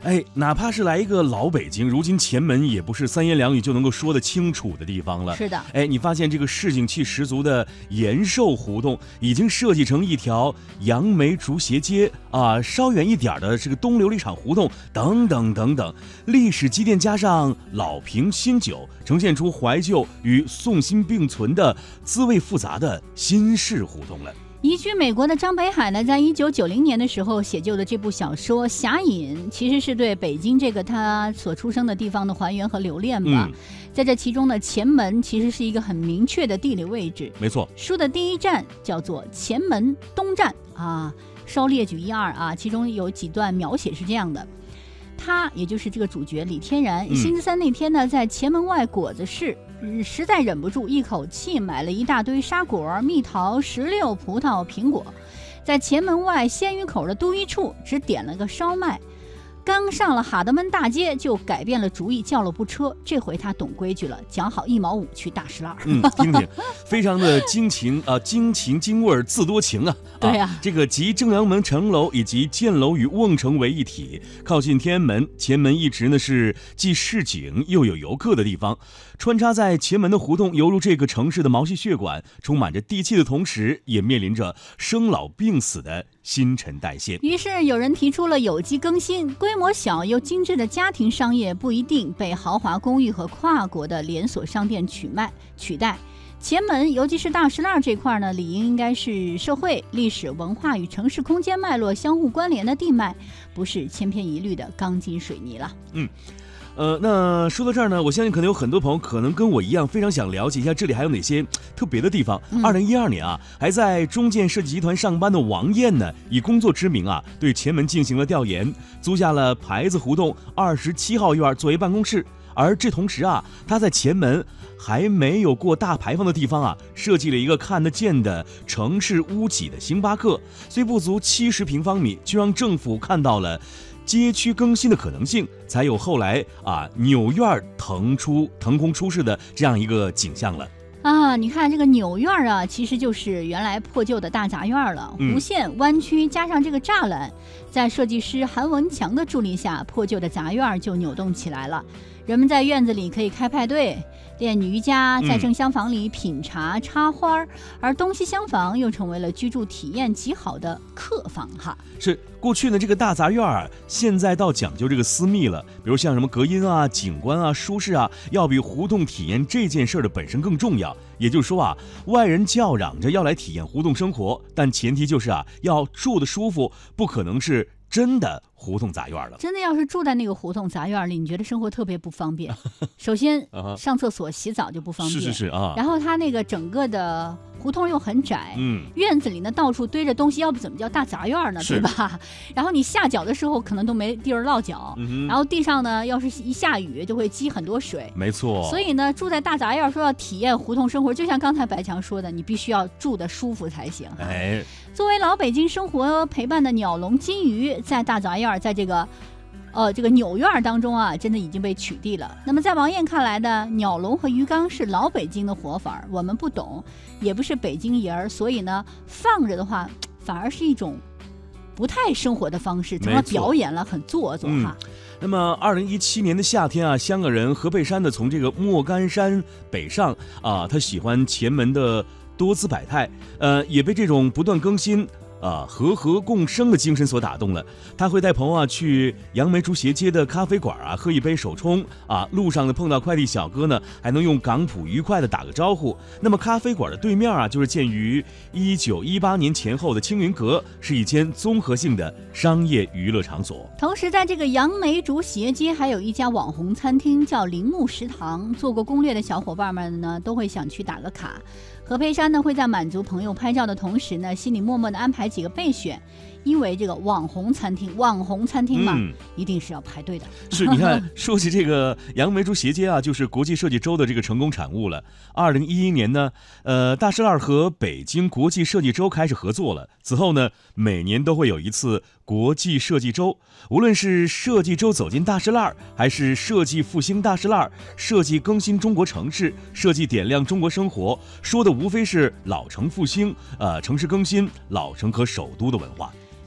哪怕是来一个老北京，如今前门也不是三言两语就能够说得清楚的地方了。 是的， 你发现这个市井气十足的延寿胡同已经设计成一条杨梅竹斜街啊，稍远一点的这个东琉璃厂胡同等等等等，历史积淀加上老瓶新酒，呈现出怀旧与宋新并存的滋味复杂的新式胡同了。 移居美国的张北海呢，在1990年的时候写就的这部小说《侠隐》，其实是对北京这个他所出生的地方的还原和留恋吧。在这其中呢，前门其实是一个很明确的地理位置。 没错， 书的第一站叫做前门东站啊，稍列举一二啊，其中有几段描写是这样的。他也就是这个主角李天然，星期三那天呢，在前门外果子市，实在忍不住，一口气买了一大堆沙果、蜜桃、石榴、葡萄、苹果，在前门外鲜鱼口的都一处只点了个烧麦。刚上了哈德门大街，就改变了主意，叫了部车。这回他懂规矩了，讲好1毛5去大石栏。 听听，非常的惊情啊，惊情惊味自多情啊。 对呀， 这个集正阳门城楼以及建楼与瓮城为一体，靠近天安门，前门一直呢是既市井又有游客的地方。穿插在前门的胡同，犹如这个城市的毛细血管，充满着地气的同时，也面临着生老病死的新陈代谢。 于是有人提出了有机更新，规模小又精致的家庭商业不一定被豪华公寓和跨国的连锁商店取代。前门，尤其是大石栏这块呢，理应该是社会、历史、文化与城市空间脉络相互关联的地脉，不是千篇一律的钢筋水泥了。 那说到这儿呢，我相信可能有很多朋友可能跟我一样，非常想了解一下这里还有哪些特别的地方。2012年啊，还在中建设计集团上班的王艳呢，以工作之名啊，对前门进行了调研，租下了牌子胡同27号院作为办公室。而这同时啊，他在前门还没有过大牌坊的地方啊，设计了一个看得见的城市屋脊的星巴克，虽不足70平方米，却让政府看到了街区更新的可能性，才有后来纽院腾空出世的这样一个景象了。 你看这个纽院啊，其实就是原来破旧的大杂院了，弧线弯曲加上这个栅栏，在设计师韩文强的助力下，破旧的杂院就扭动起来了。人们在院子里可以开派对、练瑜伽，在正厢房里品茶、插花，而东西厢房又成为了居住体验极好的客房哈。 是过去呢，这个大杂院啊，现在倒讲究这个私密了，比如像什么隔音啊、景观啊、舒适啊，要比胡同体验这件事的本身更重要。也就是说啊，外人叫嚷着要来体验胡同生活，但前提就是要住得舒服，不可能是真的胡同杂院了。 真的要是住在那个胡同杂院里，你觉得生活特别不方便。首先上厕所洗澡就不方便， 是啊。 然后它那个整个的胡同又很窄，院子里呢到处堆着东西，要不怎么叫大杂院呢，对吧？然后你下脚的时候可能都没地儿落脚，然后地上呢要是一下雨就会积很多水， 没错。 所以呢，住在大杂院说要体验胡同生活，就像刚才白强说的，你必须要住得舒服才行。作为老北京生活陪伴的鸟笼金鱼，在大杂院，在这个纽院当中啊，真的已经被取缔了。那么在王艳看来呢，鸟笼和鱼缸是老北京的活法，我们不懂，也不是北京人，所以呢，放着的话反而是一种不太生活的方式，成了表演了，很做作哈。 那么2017年的夏天啊，香港人何佩珊的从这个莫干山北上啊，他喜欢前门的多姿百态，也被这种不断更新和和共生的精神所打动了。他会带朋友去杨梅竹斜街的咖啡馆喝一杯手冲路上呢碰到快递小哥呢，还能用港普愉快的打个招呼。那么咖啡馆的对面就是建于1918年前后的青云阁，是一间综合性的商业娱乐场所。 同时在这个杨梅竹斜街还有一家网红餐厅叫铃木食堂，做过攻略的小伙伴们呢都会想去打个卡。何佩珊呢会在满足朋友拍照的同时呢，心里默默的安排几个备选，因为这个网红餐厅嘛，一定是要排队的。 是，你看，说起这个杨梅竹斜街就是国际设计周的这个成功产物了。2011年呢，大石栏和北京国际设计周开始合作了。此后呢，每年都会有一次国际设计周，无论是设计周走进大石栏，还是设计复兴大石栏，设计更新中国城市，设计点亮中国生活，说的无非是老城复兴、城市更新、老城和首都的文化。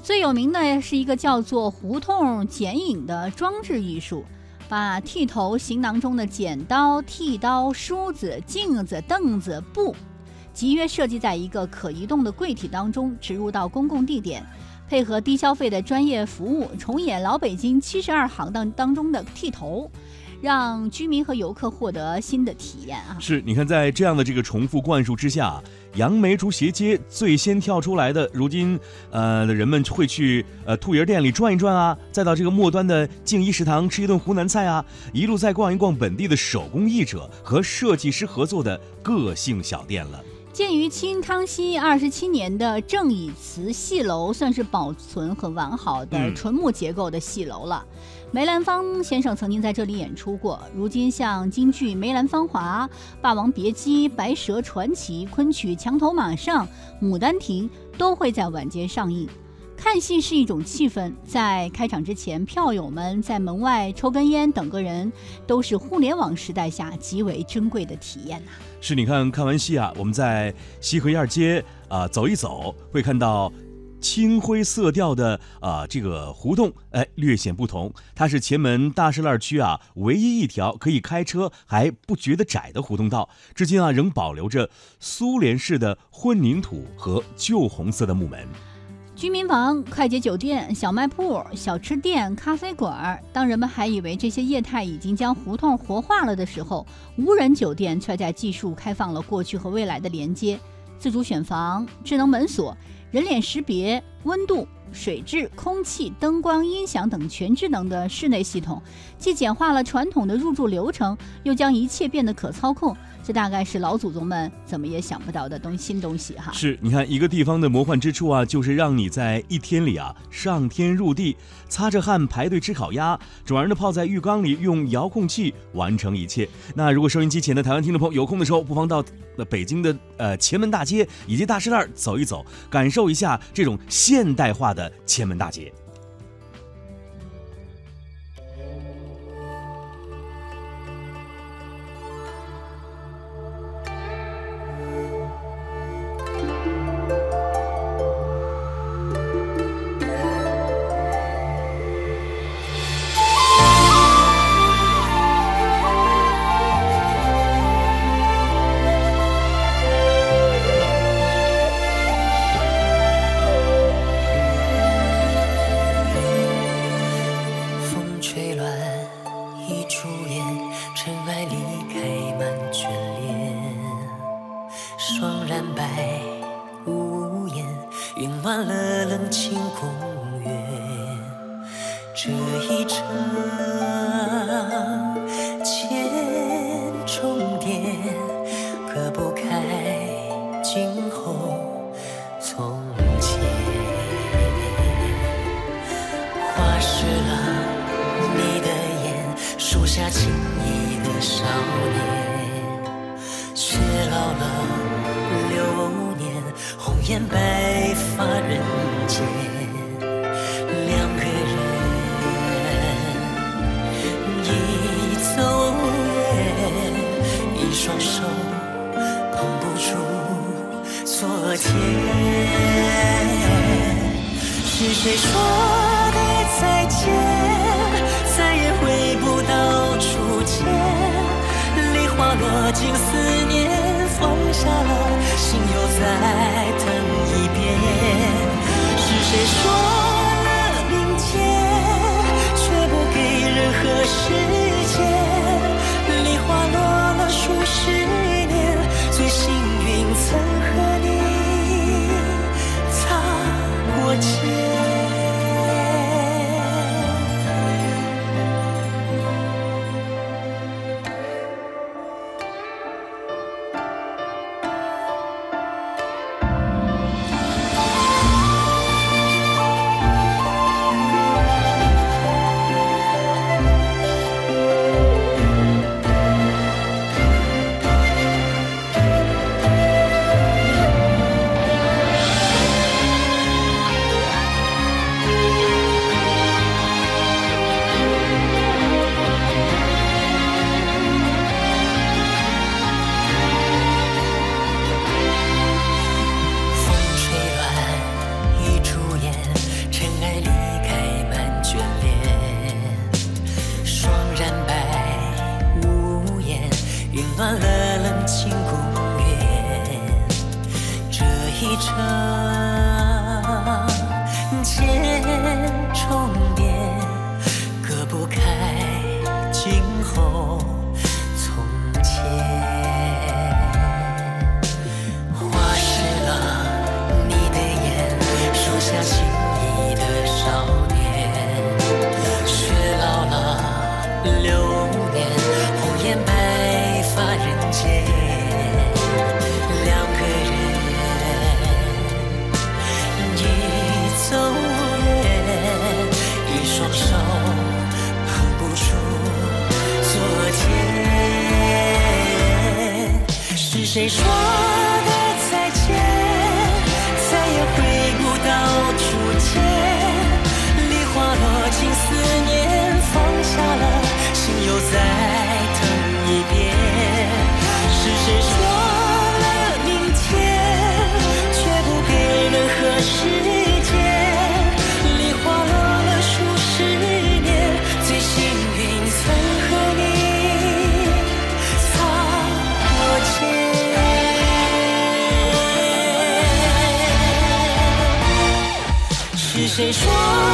最有名的是一个叫做胡同剪影的装置艺术，把剃头行囊中的剪刀、剃刀、梳子、镜子、凳子、布集约设计在一个可移动的柜体当中，植入到公共地点，配合低消费的专业服务，重演老北京72行当中的剃头，让居民和游客获得新的体验啊！ 是，你看在这样的这个重复灌输之下，杨梅竹斜街最先跳出来的，如今人们会去兔爷店里转一转啊，再到这个末端的静一食堂吃一顿湖南菜啊，一路再逛一逛本地的手工艺者和设计师合作的个性小店了。 建于清康熙27年的正乙瓷戏楼，算是保存很完好的纯木结构的戏楼了。梅兰芳先生曾经在这里演出过，如今像京剧《梅兰芳华》、《霸王别姬》、《白蛇传奇》、昆曲《墙头马上》、《牡丹亭》都会在晚间上映。看戏是一种气氛，在开场之前，票友们在门外抽根烟等个人，都是互联网时代下极为珍贵的体验呐。 是，你看完戏啊，我们在西河沿街走一走，会看到青灰色调的这个胡同，略显不同。它是前门大栅栏区唯一一条可以开车还不觉得窄的胡同道，至今仍保留着苏联式的混凝土和旧红色的木门。 居民房、快捷酒店、小卖铺、小吃店、咖啡馆，当人们还以为这些业态已经将胡同活化了的时候，无人酒店却在技术开放了过去和未来的连接，自主选房、智能门锁、人脸识别、温度、水质、空气、灯光、音响等全智能的室内系统，既简化了传统的入住流程，又将一切变得可操控。这大概是老祖宗们怎么也想不到的新东西哈。 是，你看一个地方的魔幻之处就是让你在一天里上天入地，擦着汗排队吃烤鸭，转而呢泡在浴缸里用遥控器完成一切。那如果收音机前的台湾听众朋友有空的时候，不妨到北京的前门大街以及大栅栏走一走，感受一下这种现代化的前门大街。 这一程千重叠，隔不开今后从前。花湿了你的眼，树下轻易的少年，却老了流年，红颜白发人间。双手碰不出昨天，是谁说的再见，再也回不到初见。梨花落尽思念，放下了心又再等一遍。是谁说了明天，却不给任何时间。梨花落数十年，最幸运曾和你擦过肩。 谁说的再见，再也回不到初见？梨花落尽思念，放下了，心又再等一遍。是谁说了明天，却不给任何时间？梨花落了数十年，最幸运曾和你擦过肩。是谁说